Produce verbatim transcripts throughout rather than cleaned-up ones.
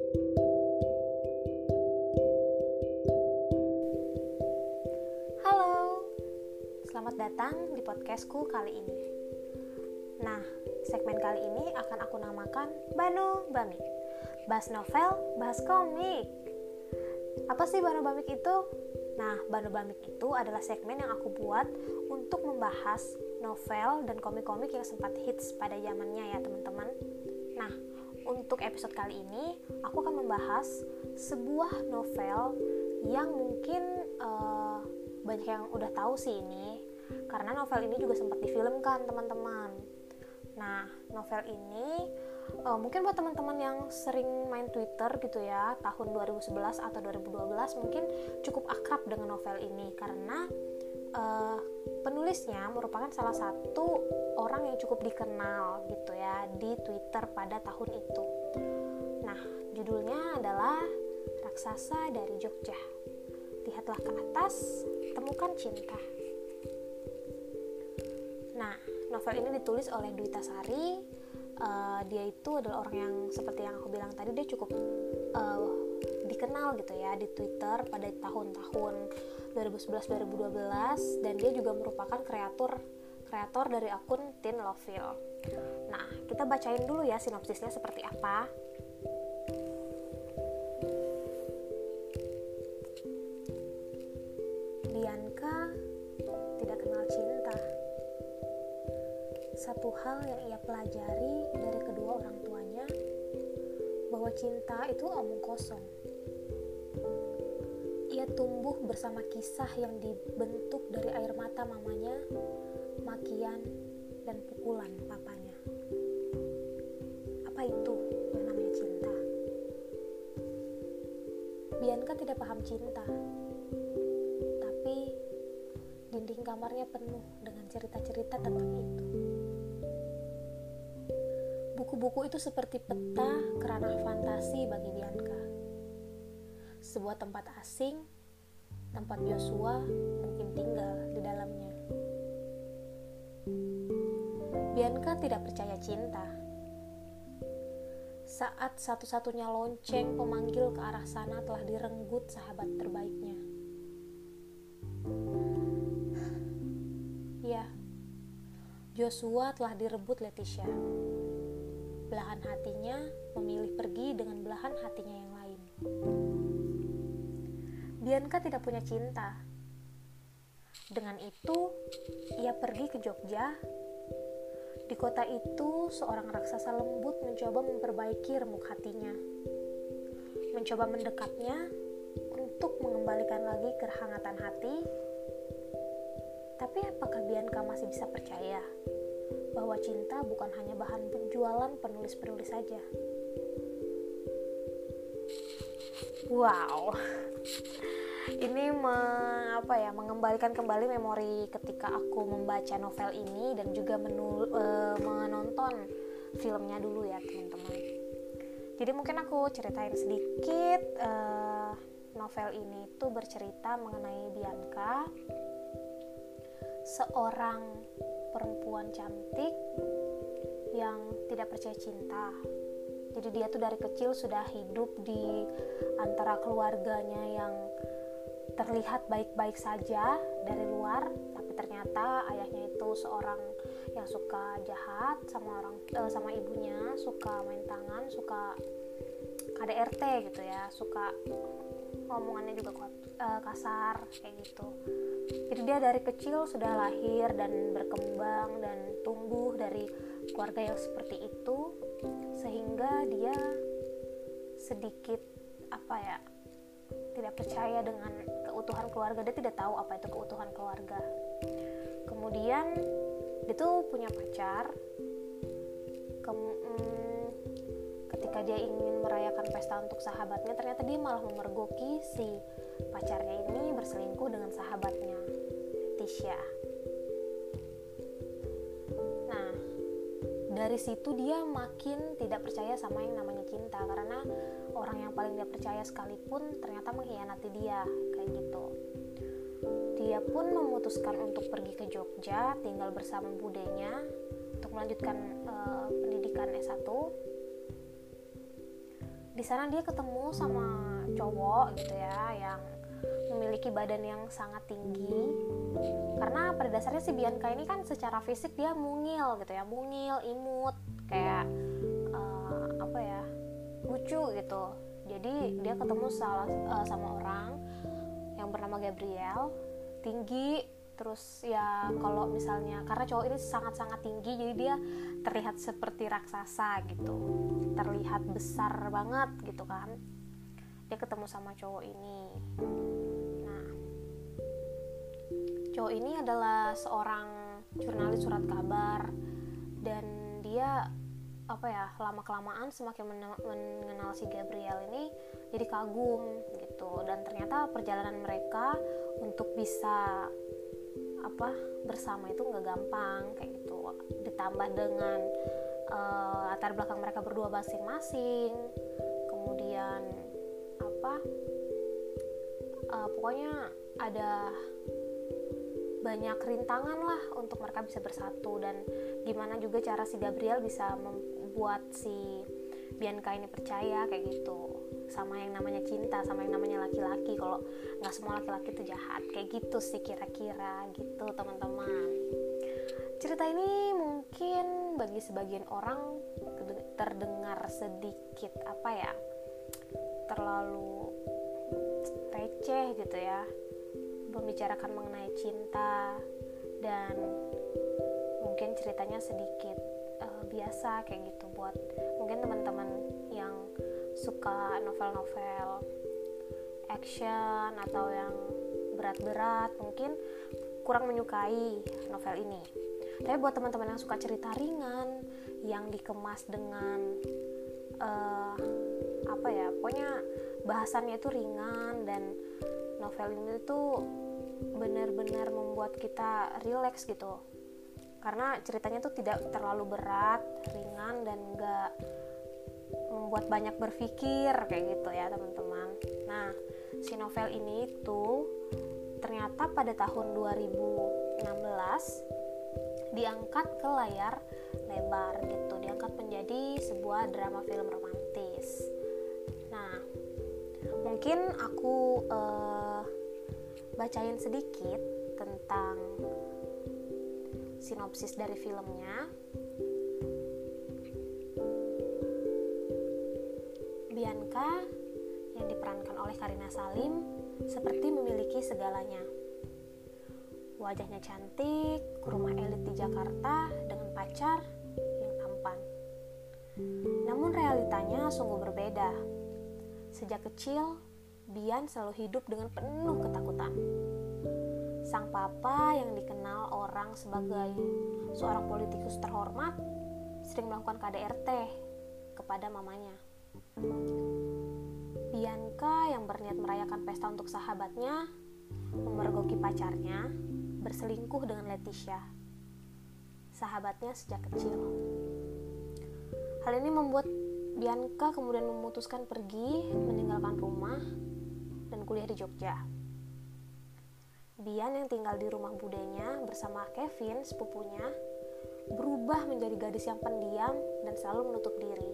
Halo, selamat datang di podcastku kali ini. Nah, segmen kali ini akan aku namakan Bano Bamik. Bahas novel, bahas komik. Apa sih Bano Bamik itu? Nah, Bano Bamik itu adalah segmen yang aku buat untuk membahas novel dan komik-komik yang sempat hits pada zamannya ya teman-teman. Nah, untuk episode kali ini, aku akan membahas sebuah novel yang mungkin uh, banyak yang udah tahu sih ini, karena novel ini juga sempat difilmkan teman-teman. Nah, novel ini uh, mungkin buat teman-teman yang sering main Twitter gitu ya, tahun dua ribu sebelas atau dua ribu dua belas mungkin cukup akrab dengan novel ini, karena uh, penulisnya merupakan salah satu orang yang cukup dikenal gitu ya di Twitter pada tahun itu. Nah, judulnya adalah Raksasa dari Jogja. Lihatlah ke atas, temukan cinta. Nah, novel ini ditulis oleh Dwi Tasari. Uh, dia itu adalah orang yang seperti yang aku bilang tadi, dia cukup uh, dikenal gitu ya di Twitter pada tahun-tahun dua ribu sebelas dua ribu dua belas, dan dia juga merupakan kreator kreator dari akun Teen Loville. Nah, kita bacain dulu ya sinopsisnya seperti apa. Bianca tidak kenal cinta. Satu hal yang ia pelajari dari kedua orang tuanya, bahwa cinta itu omong kosong. Ia tumbuh bersama kisah yang dibentuk dari air mata mamanya, makian, dan pukulan papanya. Apa itu yang namanya cinta? Bianca tidak paham cinta, tapi dinding kamarnya penuh dengan cerita-cerita tentang itu. Buku-buku itu seperti peta kerana fantasi bagi Bianca. Sebuah tempat asing, tempat Joshua mungkin tinggal di dalamnya. Bianca tidak percaya cinta. Saat satu-satunya lonceng pemanggil ke arah sana telah direnggut sahabat terbaiknya. Ya, Joshua telah direbut Leticia. Belahan hatinya memilih pergi dengan belahan hatinya yang lain. Bianca tidak punya cinta. Dengan itu, ia pergi ke Jogja. Di kota itu, seorang raksasa lembut mencoba memperbaiki remuk hatinya. Mencoba mendekapnya untuk mengembalikan lagi kehangatan hati. Tapi apakah Bianca masih bisa percaya bahwa cinta bukan hanya bahan penjualan penulis-penulis saja? Wow, ini me, apa ya, mengembalikan kembali memori ketika aku membaca novel ini dan juga menul, e, menonton filmnya dulu ya teman-teman. Jadi mungkin aku ceritain sedikit. e, Novel ini tuh bercerita mengenai Bianca, seorang perempuan cantik yang tidak percaya cinta. Jadi dia tuh dari kecil sudah hidup di antara keluarganya yang terlihat baik-baik saja dari luar, tapi ternyata ayahnya itu seorang yang suka jahat sama orang eh, sama ibunya, suka main tangan, suka K D R T gitu ya, suka ngomongannya juga eh, kasar kayak gitu. Jadi dia dari kecil sudah lahir dan berkembang dan tumbuh dari keluarga yang seperti itu, sehingga dia sedikit apa ya, tidak percaya dengan keutuhan keluarga. Dia tidak tahu apa itu keutuhan keluarga. Kemudian dia tuh punya pacar. Kem- hmm, ketika dia ingin merayakan pesta untuk sahabatnya, ternyata dia malah memergoki si pacarnya ini berselingkuh dengan sahabatnya, Tisha. Nah, dari situ dia makin tidak percaya sama yang namanya cinta, karena orang yang paling dia percaya sekalipun ternyata mengkhianati dia, kayak gitu. Dia pun memutuskan untuk pergi ke Jogja, tinggal bersama budenya untuk melanjutkan uh, pendidikan S satu. Di sana dia ketemu sama cowok gitu ya, yang memiliki badan yang sangat tinggi. Karena pada dasarnya si Bianca ini kan secara fisik dia mungil gitu ya, mungil, imut, kayak uh, apa ya, lucu gitu. Jadi dia ketemu salah, uh, sama orang yang bernama Gabriel, tinggi, terus ya kalau misalnya karena cowok ini sangat-sangat tinggi, jadi dia terlihat seperti raksasa gitu, terlihat besar banget gitu kan. Dia ketemu sama cowok ini. Nah, cowok ini adalah seorang jurnalis surat kabar, dan dia apa ya, lama-kelamaan semakin mengenal si Gabriel ini jadi kagum gitu. Dan ternyata perjalanan mereka untuk bisa apa bersama itu nggak gampang kayak gitu. Ditambah dengan uh, latar belakang mereka berdua masing-masing, kemudian apa uh, pokoknya ada banyak rintangan lah untuk mereka bisa bersatu. Dan gimana juga cara si Gabriel bisa membuat si Bianca ini percaya kayak gitu sama yang namanya cinta, sama yang namanya laki-laki, kalau nggak semua laki-laki itu jahat, kayak gitu sih kira-kira gitu teman-teman. Cerita ini mungkin bagi sebagian orang terdengar sedikit apa ya, terlalu receh gitu ya, membicarakan mengenai cinta, dan mungkin ceritanya sedikit uh, biasa kayak gitu buat mungkin teman-teman yang suka novel-novel action atau yang berat-berat mungkin kurang menyukai novel ini. Tapi buat teman-teman yang suka cerita ringan yang dikemas dengan uh, apa ya, pokoknya bahasannya itu ringan, dan novel ini tuh benar-benar membuat kita rileks gitu, karena ceritanya tuh tidak terlalu berat, ringan, dan gak membuat banyak berpikir kayak gitu ya teman-teman. Nah, si novel ini tuh ternyata pada tahun dua ribu enam belas diangkat ke layar lebar gitu, diangkat menjadi sebuah drama film romantis. Nah, mungkin aku uh, bacain sedikit tentang sinopsis dari filmnya. Bianca yang diperankan oleh Karina Salim seperti memiliki segalanya. Wajahnya cantik, ke rumah elit di Jakarta dengan pacar yang tampan. Namun realitanya sungguh berbeda. Sejak kecil, Bian selalu hidup dengan penuh ketakutan. Sang papa yang dikenal orang sebagai seorang politikus terhormat sering melakukan K D R T kepada mamanya. Bianca yang berniat merayakan pesta untuk sahabatnya memergoki pacarnya berselingkuh dengan Leticia, sahabatnya sejak kecil. Hal ini membuat Bianca kemudian memutuskan pergi meninggalkan rumah dan kuliah di Jogja. Bian yang tinggal di rumah budenya bersama Kevin, sepupunya, berubah menjadi gadis yang pendiam dan selalu menutup diri.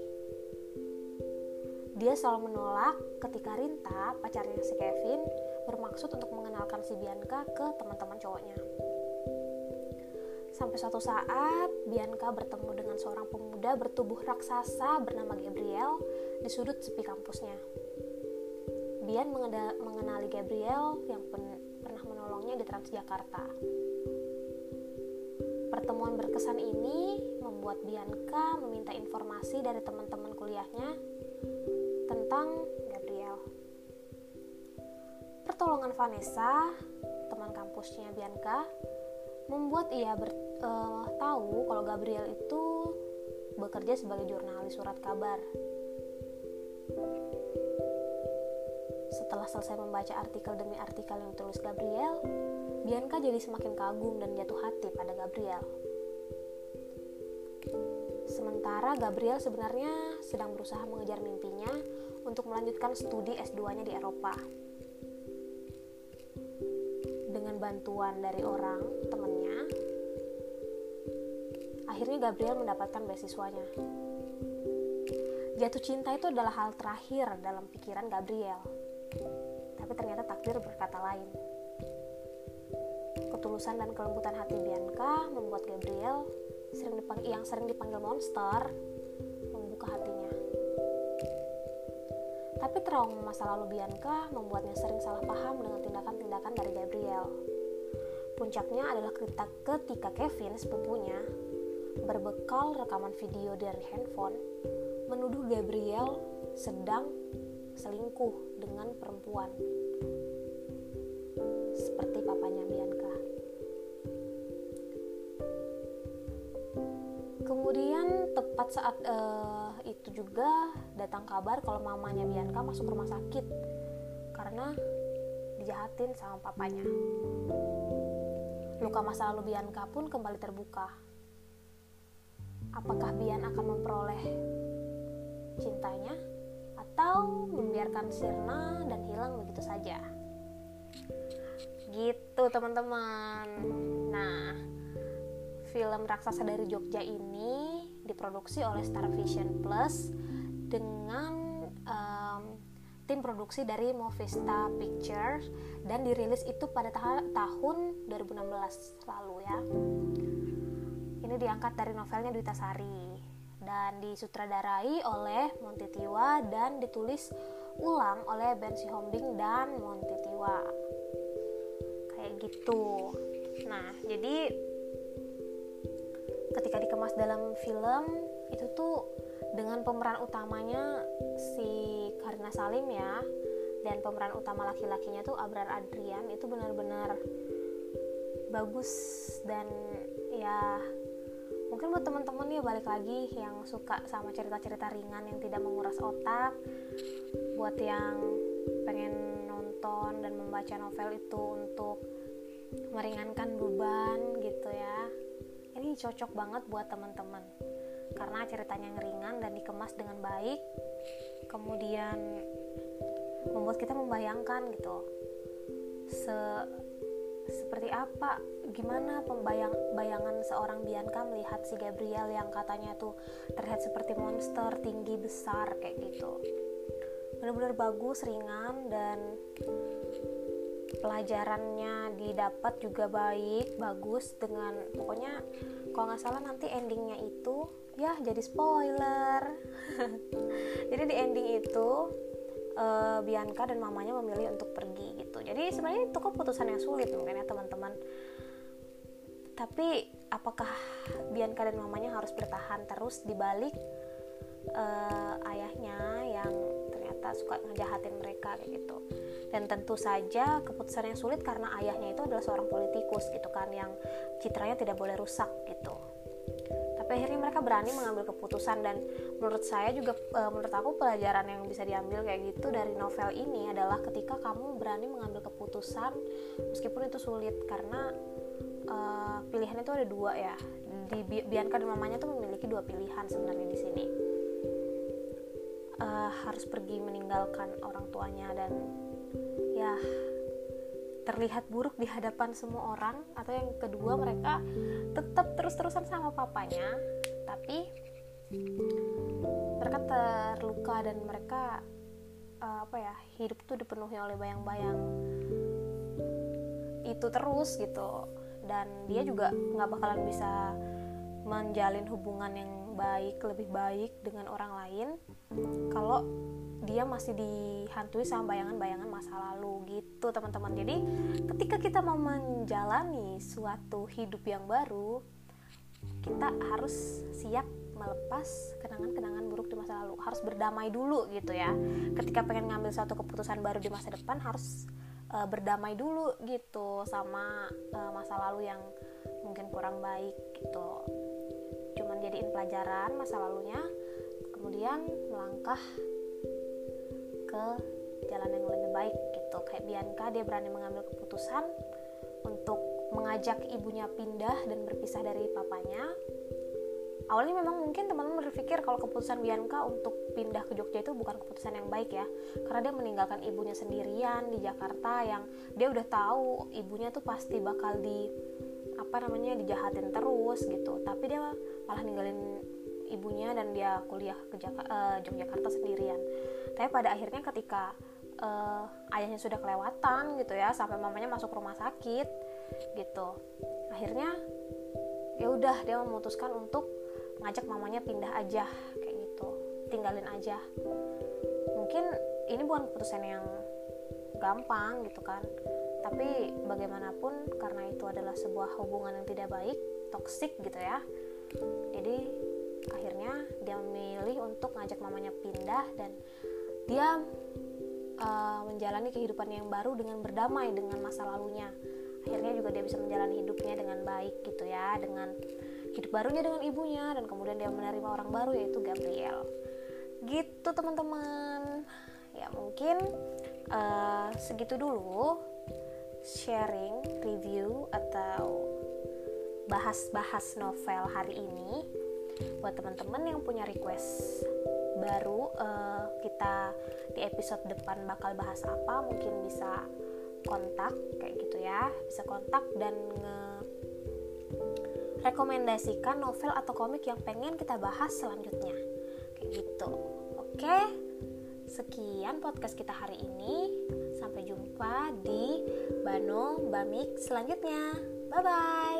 Dia selalu menolak ketika Rinta, pacarnya si Kevin, bermaksud untuk mengenalkan si Bianca ke teman-teman cowoknya. Sampai suatu saat, Bianca bertemu dengan seorang pemuda bertubuh raksasa bernama Gabriel di sudut sepi kampusnya. Bian mengeda- mengenali Gabriel yang pen- pernah menolongnya di Transjakarta. Pertemuan berkesan ini membuat Bianca meminta informasi dari teman-teman kuliahnya tentang Gabriel. Pertolongan Vanessa, teman kampusnya Bianca, membuat ia ber, uh, tahu kalau Gabriel itu bekerja sebagai jurnalis surat kabar. Setelah selesai membaca artikel demi artikel yang ditulis Gabriel, Bianca jadi semakin kagum dan jatuh hati pada Gabriel. Sementara Gabriel sebenarnya sedang berusaha mengejar mimpinya untuk melanjutkan studi S dua-nya di Eropa. Dengan bantuan dari orang temannya, akhirnya Gabriel mendapatkan beasiswanya. jatuh cinta itu adalah hal terakhir dalam pikiran Gabriel. Tapi ternyata takdir berkata lain. Ketulusan dan kelembutan hati Bianca membuat Gabriel sering dipang- yang sering dipanggil monster membuka hatinya. Tapi trauma masa lalu Bianca membuatnya sering salah paham dengan tindakan-tindakan dari Gabriel. Puncaknya adalah ketika, ketika Kevin, sepupunya, berbekal rekaman video dari handphone, menuduh Gabriel sedang selingkuh dengan perempuan seperti papanya Bianca. Kemudian tepat saat uh, itu juga datang kabar kalau mamanya Bianca masuk rumah sakit karena dijahatin sama papanya. Luka masa lalu Bianca pun kembali terbuka. Apakah Bian akan memperoleh cintanya atau membiarkan sirna dan hilang begitu saja? Gitu teman-teman. Nah, film Raksasa dari Jogja ini diproduksi oleh Star Vision Plus dengan um, tim produksi dari Movista Pictures dan dirilis itu pada ta- tahun dua ribu enam belas lalu ya. Ini diangkat dari novelnya Dwita Sari dan disutradarai oleh Monty Tiwa dan ditulis ulang oleh Ben Sihombing dan Monty Tiwa. Kayak gitu. Nah, jadi ketika dikemas dalam film itu tuh dengan pemeran utamanya si Karina Salim ya, dan pemeran utama laki-lakinya tuh Abrar Adrian, itu benar-benar bagus. Dan ya mungkin buat teman-teman ya, balik lagi yang suka sama cerita-cerita ringan yang tidak menguras otak, buat yang pengen nonton dan membaca novel itu untuk meringankan beban gitu ya, ini cocok banget buat teman-teman karena ceritanya yang ringan dan dikemas dengan baik, kemudian membuat kita membayangkan gitu se seperti apa, gimana pembayang bayangan seorang Bianca melihat si Gabriel yang katanya tuh terlihat seperti monster, tinggi, besar kayak gitu. Benar-benar bagus, ringan, dan pelajarannya didapat juga baik, bagus. Dengan pokoknya kalau nggak salah nanti endingnya itu ya jadi spoiler. Jadi di ending itu uh, Bianca dan mamanya memilih untuk pergi gitu. Jadi sebenarnya itu keputusan yang sulit mungkin ya teman-teman. Tapi apakah Bianca dan mamanya harus bertahan terus di balik uh, ayahnya yang ternyata suka ngejahatin mereka kayak gitu. Dan tentu saja keputusan yang sulit karena ayahnya itu adalah seorang politikus gitu kan, yang citranya tidak boleh rusak gitu. Tapi akhirnya mereka berani mengambil keputusan, dan menurut saya juga e, menurut aku pelajaran yang bisa diambil kayak gitu dari novel ini adalah ketika kamu berani mengambil keputusan meskipun itu sulit, karena e, pilihan itu ada dua ya. Di Bianca dan mamanya tuh memiliki dua pilihan sebenarnya di sini. E, harus pergi meninggalkan orang tuanya dan ya terlihat buruk di hadapan semua orang, atau yang kedua mereka tetap terus-terusan sama papanya tapi mereka terluka dan mereka uh, apa ya hidup tuh dipenuhi oleh bayang-bayang itu terus gitu, dan dia juga nggak bakalan bisa menjalin hubungan yang baik, lebih baik dengan orang lain kalau dia masih dihantui sama bayangan-bayangan masa lalu gitu teman-teman. Jadi ketika kita mau menjalani suatu hidup yang baru, kita harus siap melepas kenangan-kenangan buruk di masa lalu, harus berdamai dulu gitu ya. Ketika pengen ngambil suatu keputusan baru di masa depan, harus uh, berdamai dulu gitu sama uh, masa lalu yang mungkin kurang baik gitu. Cuman jadiin pelajaran masa lalunya, kemudian melangkah ke jalan yang lebih baik gitu. Kayak Bianca, dia berani mengambil keputusan untuk mengajak ibunya pindah dan berpisah dari papanya. Awalnya memang mungkin teman-teman berpikir kalau keputusan Bianca untuk pindah ke Jogja itu bukan keputusan yang baik ya, karena dia meninggalkan ibunya sendirian di Jakarta yang dia udah tahu ibunya tuh pasti bakal di apa namanya dijahatin terus gitu, tapi dia malah ninggalin ibunya dan dia kuliah ke Jaka, uh, Yogyakarta sendirian. Tapi pada akhirnya ketika uh, ayahnya sudah kelewatan gitu ya, sampai mamanya masuk rumah sakit gitu, akhirnya ya udah dia memutuskan untuk ngajak mamanya pindah aja kayak gitu, tinggalin aja. Mungkin ini bukan keputusan yang gampang gitu kan, tapi bagaimanapun karena itu adalah sebuah hubungan yang tidak baik, toksik gitu ya, jadi akhirnya dia memilih untuk ngajak mamanya pindah dan dia uh, menjalani kehidupan yang baru dengan berdamai dengan masa lalunya. Akhirnya juga dia bisa menjalani hidupnya dengan baik gitu ya, dengan hidup barunya dengan ibunya, dan kemudian dia menerima orang baru yaitu Gabriel. Gitu teman-teman. Ya mungkin uh, segitu dulu sharing, review atau bahas-bahas novel hari ini. Buat teman-teman yang punya request baru, uh, kita di episode depan bakal bahas apa, mungkin bisa kontak kayak gitu ya, bisa kontak dan nge rekomendasikan novel atau komik yang pengen kita bahas selanjutnya kayak gitu. Oke, sekian podcast kita hari ini. Sampai jumpa di Bano Bamik selanjutnya. Bye bye.